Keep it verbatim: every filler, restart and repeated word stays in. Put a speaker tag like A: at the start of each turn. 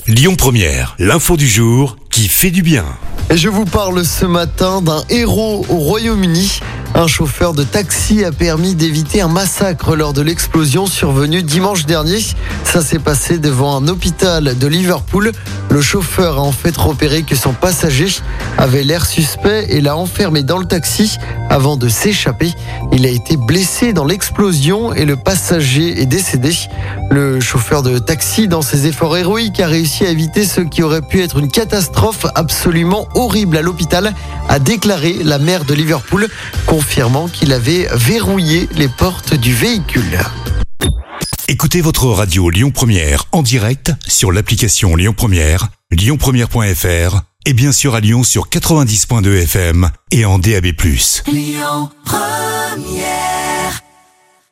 A: Lyon Première, l'info du jour qui fait du bien.
B: Et je vous parle ce matin d'un héros au Royaume-Uni. Un chauffeur de taxi a permis d'éviter un massacre lors de l'explosion survenue dimanche dernier. Ça s'est passé devant un hôpital de Liverpool. Le chauffeur a en fait repéré que son passager avait l'air suspect et l'a enfermé dans le taxi avant de s'échapper. Il a été blessé dans l'explosion et le passager est décédé. Le chauffeur de taxi, dans ses efforts héroïques, a réussi à éviter ce qui aurait pu être une catastrophe absolument horrible à l'hôpital, a déclaré la maire de Liverpool, confirmant qu'il avait verrouillé les portes du véhicule.
A: Écoutez votre radio Lyon Première en direct sur l'application Lyon Première, lyon première point f r et bien sûr à Lyon sur quatre-vingt-dix virgule deux F M et en D A B plus.
C: Lyon Première.